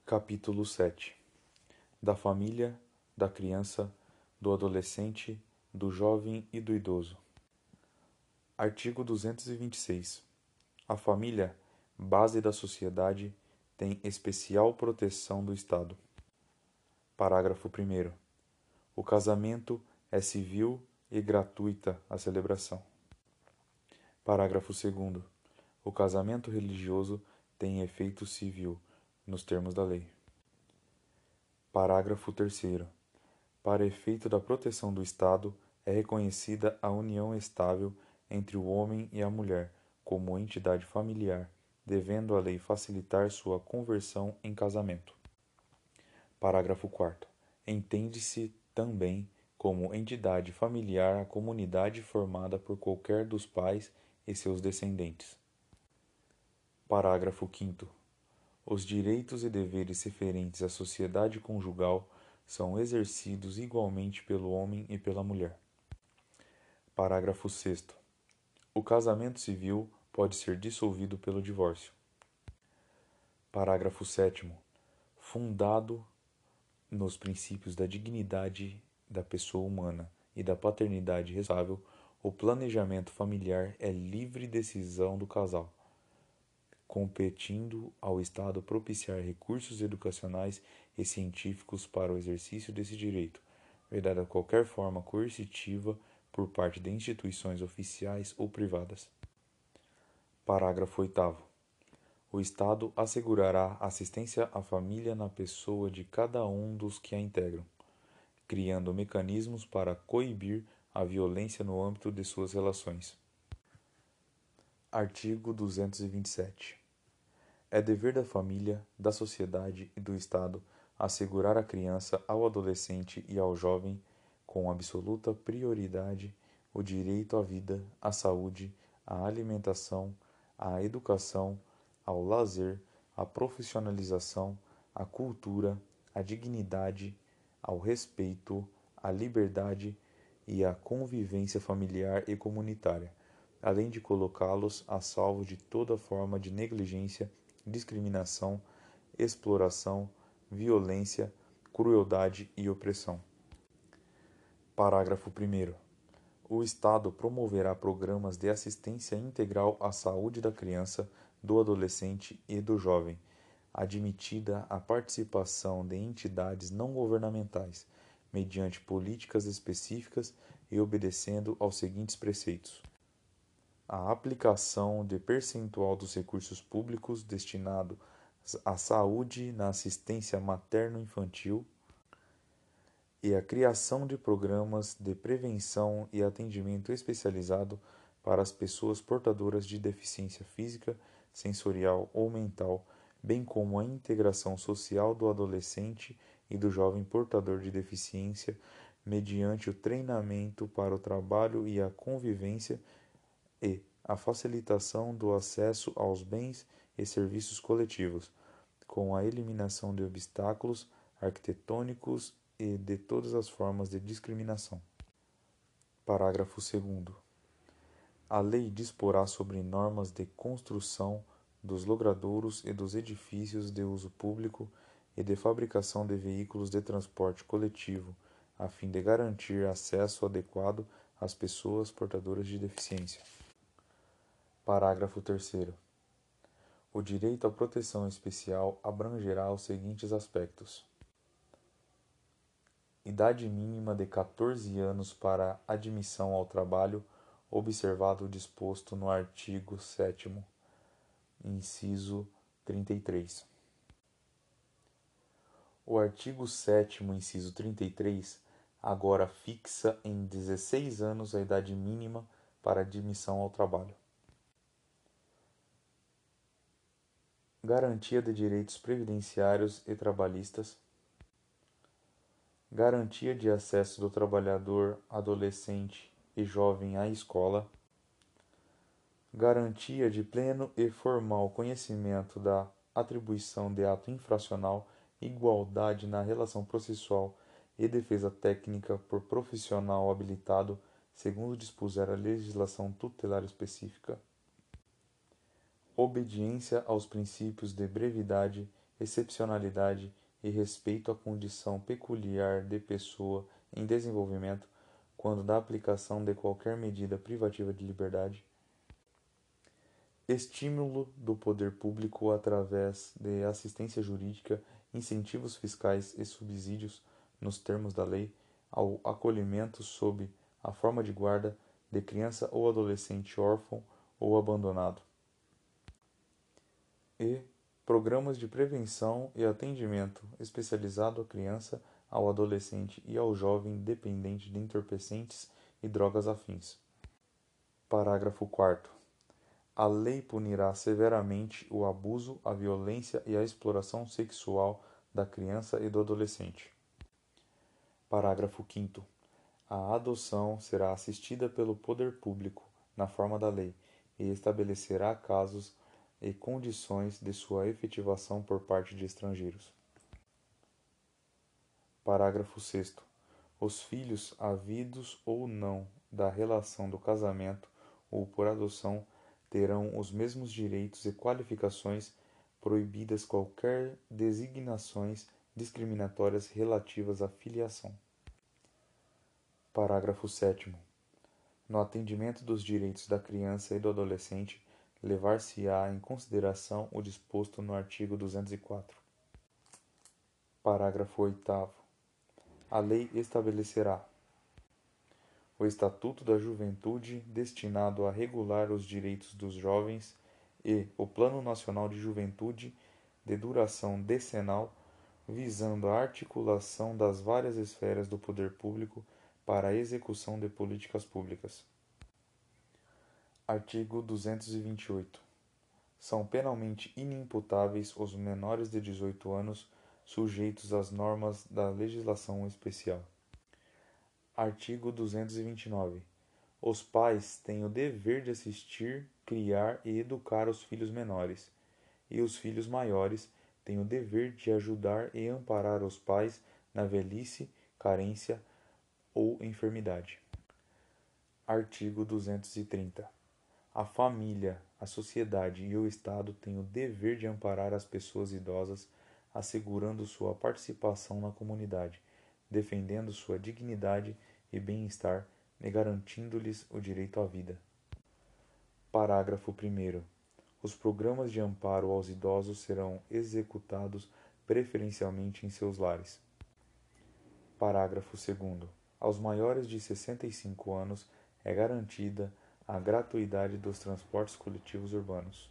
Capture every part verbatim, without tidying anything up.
Capítulo sete. Da família, da criança, do adolescente, do jovem e do idoso. Artigo duzentos e vinte e seis. A família, base da sociedade, tem especial proteção do Estado. Parágrafo primeiro. O casamento é civil e gratuita a celebração. Parágrafo segundo. O casamento religioso tem efeito civil, nos termos da lei. Parágrafo terceiro. Para efeito da proteção do Estado, é reconhecida a união estável entre o homem e a mulher como entidade familiar, devendo a lei facilitar sua conversão em casamento. Parágrafo quarto. Entende-se também como entidade familiar a comunidade formada por qualquer dos pais e seus descendentes. Parágrafo quinto. Os direitos e deveres referentes à sociedade conjugal são exercidos igualmente pelo homem e pela mulher. Parágrafo sexto. O casamento civil pode ser dissolvido pelo divórcio. Parágrafo sétimo. Fundado nos princípios da dignidade da pessoa humana e da paternidade responsável, o planejamento familiar é livre decisão do casal, competindo ao Estado propiciar recursos educacionais e científicos para o exercício desse direito, vedada qualquer forma coercitiva por parte de instituições oficiais ou privadas. Parágrafo oitavo. O Estado assegurará assistência à família na pessoa de cada um dos que a integram, criando mecanismos para coibir a violência no âmbito de suas relações. Artigo duzentos e vinte e sete. É dever da família, da sociedade e do Estado assegurar à criança, ao adolescente e ao jovem, com absoluta prioridade, o direito à vida, à saúde, à alimentação, à educação, ao lazer, à profissionalização, à cultura, à dignidade, ao respeito, à liberdade e à convivência familiar e comunitária, além de colocá-los a salvo de toda forma de negligência, discriminação, exploração, violência, crueldade e opressão. Parágrafo primeiro. O Estado promoverá programas de assistência integral à saúde da criança, do adolescente e do jovem, admitida a participação de entidades não governamentais, mediante políticas específicas e obedecendo aos seguintes preceitos: a aplicação de percentual dos recursos públicos destinado à saúde na assistência materno-infantil e a criação de programas de prevenção e atendimento especializado para as pessoas portadoras de deficiência física, sensorial ou mental, bem como a integração social do adolescente e do jovem portador de deficiência, mediante o treinamento para o trabalho e a convivência e a facilitação do acesso aos bens e serviços coletivos, com a eliminação de obstáculos arquitetônicos e de todas as formas de discriminação. Parágrafo segundo. A lei disporá sobre normas de construção dos logradouros e dos edifícios de uso público e de fabricação de veículos de transporte coletivo, a fim de garantir acesso adequado às pessoas portadoras de deficiência. Parágrafo terceiro. O direito à proteção especial abrangerá os seguintes aspectos: idade mínima de quatorze anos para admissão ao trabalho, observado o disposto no artigo sétimo, inciso trinta e três. O artigo sétimo, inciso trinta e três, agora fixa em dezesseis anos a idade mínima para admissão ao trabalho. Garantia de direitos previdenciários e trabalhistas. Garantia de acesso do trabalhador, adolescente e jovem à escola. Garantia de pleno e formal conhecimento da atribuição de ato infracional, igualdade na relação processual e defesa técnica por profissional habilitado, segundo dispuser a legislação tutelar específica. Obediência aos princípios de brevidade excepcionalidade e respeito à condição peculiar de pessoa em desenvolvimento quando da aplicação de qualquer medida privativa de liberdade, estímulo do poder público através de assistência jurídica, incentivos fiscais e subsídios, nos termos da lei, ao acolhimento sob a forma de guarda de criança ou adolescente órfão ou abandonado, e programas de prevenção e atendimento especializado à criança, ao adolescente e ao jovem dependente de entorpecentes e drogas afins. Parágrafo quarto. A lei punirá severamente o abuso, a violência e a exploração sexual da criança e do adolescente. Parágrafo quinto. A adoção será assistida pelo poder público, na forma da lei, e estabelecerá casos e condições de sua efetivação por parte de estrangeiros. Parágrafo sexto. Os filhos, havidos ou não da relação do casamento ou por adoção, terão os mesmos direitos e qualificações, proibidas qualquer designações discriminatórias relativas à filiação. Parágrafo sétimo. No atendimento dos direitos da criança e do adolescente, levar-se-á em consideração o disposto no artigo duzentos e quatro. Parágrafo oitavo. A lei estabelecerá o Estatuto da Juventude, destinado a regular os direitos dos jovens, e o Plano Nacional de Juventude, de duração decenal, visando a articulação das várias esferas do poder público para a execução de políticas públicas. Artigo duzentos e vinte e oito. São penalmente inimputáveis os menores de dezoito anos sujeitos às normas da legislação especial. Artigo duzentos e vinte e nove. Os pais têm o dever de assistir, criar e educar os filhos menores, e os filhos maiores têm o dever de ajudar e amparar os pais na velhice, carência ou enfermidade. Artigo duzentos e trinta. A família, a sociedade e o Estado têm o dever de amparar as pessoas idosas, assegurando sua participação na comunidade, defendendo sua dignidade e bem-estar e garantindo-lhes o direito à vida. Parágrafo primeiro. Os programas de amparo aos idosos serão executados preferencialmente em seus lares. Parágrafo segundo. Aos maiores de sessenta e cinco anos é garantida a gratuidade dos transportes coletivos urbanos.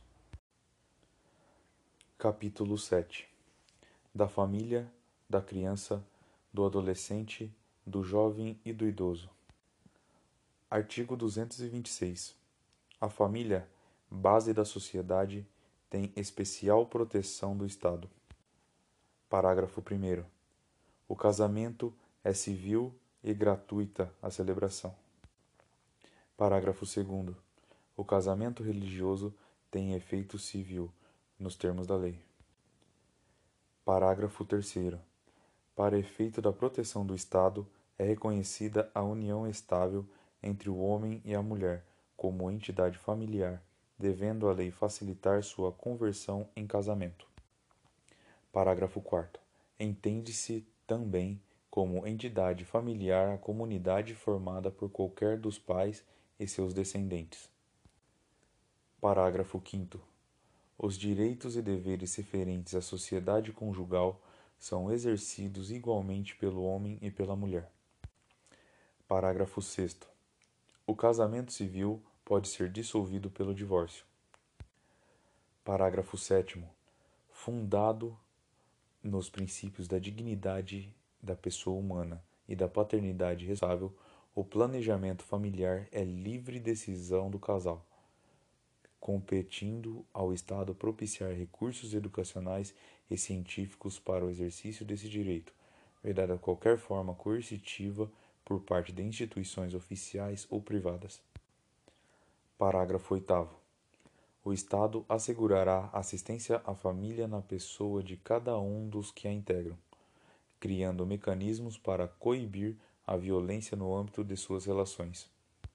Capítulo sete. Da família, da criança, do adolescente, do jovem e do idoso. Artigo duzentos e vinte e seis. A família, base da sociedade, tem especial proteção do Estado. Parágrafo primeiro. O casamento é civil e gratuita a celebração. Parágrafo segundo. O casamento religioso tem efeito civil, nos termos da lei. Parágrafo terceiro. Para efeito da proteção do Estado, é reconhecida a união estável entre o homem e a mulher como entidade familiar, devendo a lei facilitar sua conversão em casamento. Parágrafo quarto. Entende-se também como entidade familiar a comunidade formada por qualquer dos pais e seus descendentes. Parágrafo quinto. Os direitos e deveres referentes à sociedade conjugal são exercidos igualmente pelo homem e pela mulher. Parágrafo sexto. O casamento civil pode ser dissolvido pelo divórcio. Parágrafo sétimo. Fundado nos princípios da dignidade da pessoa humana e da paternidade responsável, o planejamento familiar é livre decisão do casal, competindo ao Estado propiciar recursos educacionais e científicos para o exercício desse direito, vedada qualquer forma coercitiva por parte de instituições oficiais ou privadas. Parágrafo oitavo. O Estado assegurará assistência à família na pessoa de cada um dos que a integram, criando mecanismos para coibir a violência no âmbito de suas relações.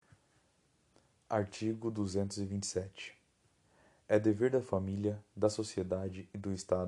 Artigo duzentos e vinte e sete. É dever da família, da sociedade e do Estado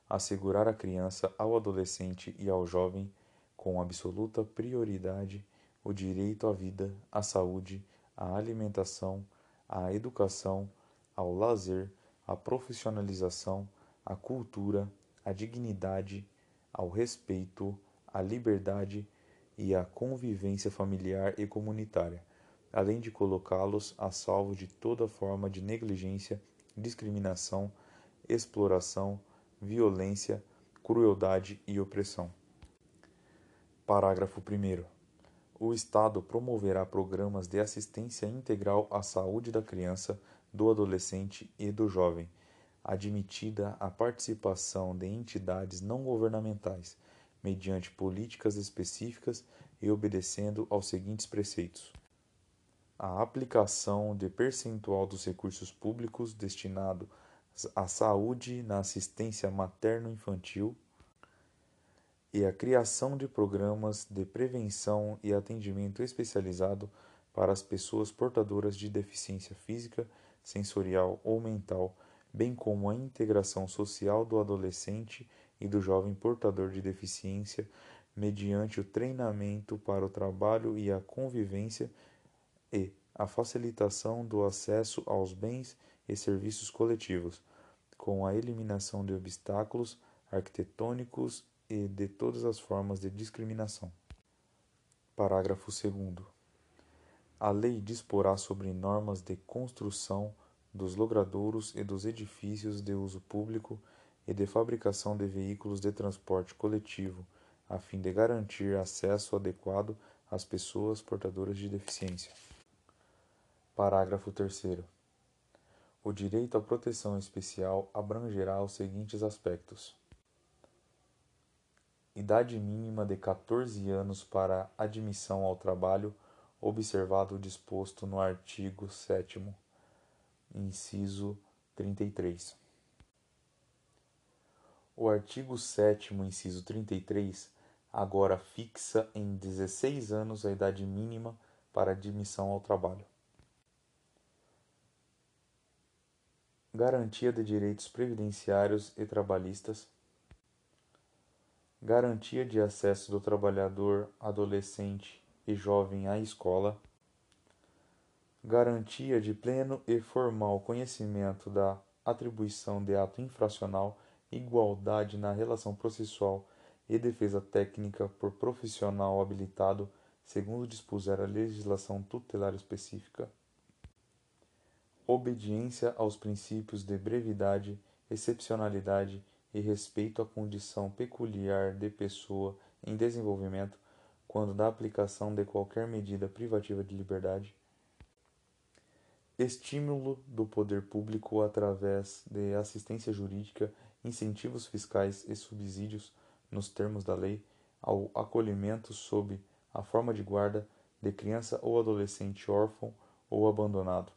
assegurar à criança, ao adolescente e ao jovem, com absoluta prioridade, o direito à vida, à saúde, à alimentação, à educação, ao lazer, à profissionalização, à cultura, à dignidade, ao respeito, à liberdade e à convivência familiar e comunitária, além de colocá-los a salvo de toda forma de negligência, discriminação, exploração, violência, crueldade e opressão. Parágrafo primeiro. O Estado promoverá programas de assistência integral à saúde da criança, do adolescente e do jovem, admitida a participação de entidades não governamentais, mediante políticas específicas e obedecendo aos seguintes preceitos: a aplicação de percentual dos recursos públicos destinados à saúde na assistência materno-infantil e a criação de programas de prevenção e atendimento especializado para as pessoas portadoras de deficiência física, sensorial ou mental, bem como a integração social do adolescente e do jovem portador de deficiência mediante o treinamento para o trabalho e a convivência e a facilitação do acesso aos bens e serviços coletivos, com a eliminação de obstáculos arquitetônicos e de todas as formas de discriminação. Parágrafo segundo. A lei disporá sobre normas de construção dos logradouros e dos edifícios de uso público e de fabricação de veículos de transporte coletivo, a fim de garantir acesso adequado às pessoas portadoras de deficiência. Parágrafo terceiro. O direito à proteção especial abrangerá os seguintes aspectos: idade mínima de catorze anos para admissão ao trabalho, observado o disposto no artigo sétimo, inciso trinta e três. O artigo sétimo, inciso trinta e três, agora fixa em dezesseis anos a idade mínima para admissão ao trabalho. Garantia de direitos previdenciários e trabalhistas. Garantia de acesso do trabalhador, adolescente e jovem à escola. Garantia de pleno e formal conhecimento da atribuição de ato infracional, igualdade na relação processual e defesa técnica por profissional habilitado, segundo dispuser a legislação tutelar específica. Obediência aos princípios de brevidade, excepcionalidade e respeito à condição peculiar de pessoa em desenvolvimento, quando da aplicação de qualquer medida privativa de liberdade. Estímulo do poder público através de assistência jurídica, incentivos fiscais e subsídios, nos termos da lei, ao acolhimento sob a forma de guarda de criança ou adolescente órfão ou abandonado.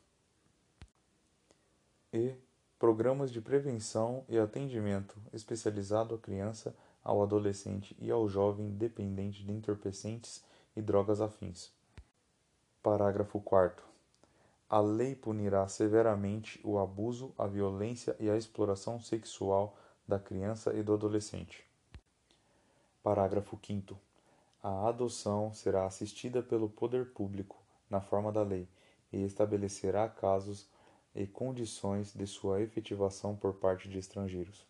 E programas de prevenção e atendimento especializado à criança, ao adolescente e ao jovem dependente de entorpecentes e drogas afins. Parágrafo quarto. A lei punirá severamente o abuso, a violência e a exploração sexual da criança e do adolescente. Parágrafo quinto. A adoção será assistida pelo poder público, na forma da lei, e estabelecerá casos e condições de sua efetivação por parte de estrangeiros.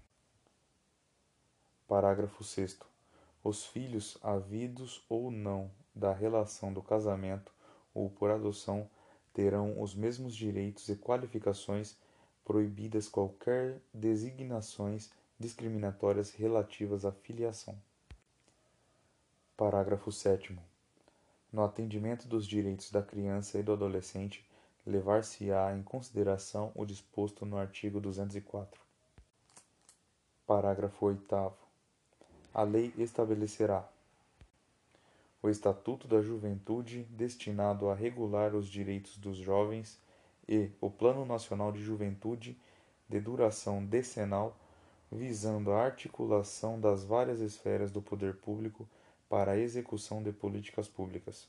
Parágrafo sexto. Os filhos, havidos ou não, da relação do casamento ou por adoção, terão os mesmos direitos e qualificações, proibidas qualquer designações discriminatórias relativas à filiação. Parágrafo sétimo. No atendimento dos direitos da criança e do adolescente, levar-se-á em consideração o disposto no artigo duzentos e quatro. Parágrafo oitavo. A lei estabelecerá o Estatuto da Juventude, destinado a regular os direitos dos jovens, e o Plano Nacional de Juventude, de duração decenal, visando a articulação das várias esferas do poder público para a execução de políticas públicas.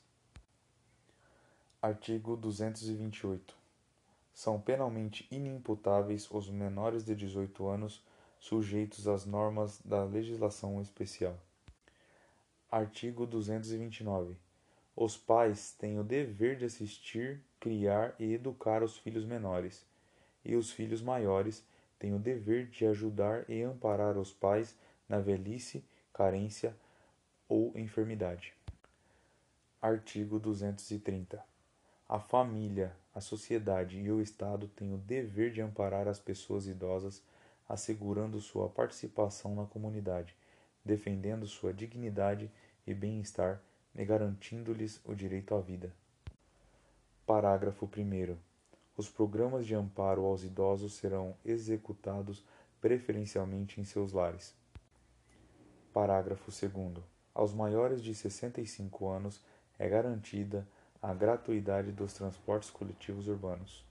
Artigo duzentos e vinte e oito. São penalmente inimputáveis os menores de dezoito anos sujeitos às normas da legislação especial. Artigo duzentos e vinte e nove. Os pais têm o dever de assistir, criar e educar os filhos menores, e os filhos maiores têm o dever de ajudar e amparar os pais na velhice, carência ou enfermidade. Artigo duzentos e trinta. A família, a sociedade e o Estado têm o dever de amparar as pessoas idosas, assegurando sua participação na comunidade, defendendo sua dignidade e bem-estar e garantindo-lhes o direito à vida. Parágrafo primeiro. Os programas de amparo aos idosos serão executados preferencialmente em seus lares. Parágrafo segundo. Aos maiores de sessenta e cinco anos é garantida a gratuidade dos transportes coletivos urbanos.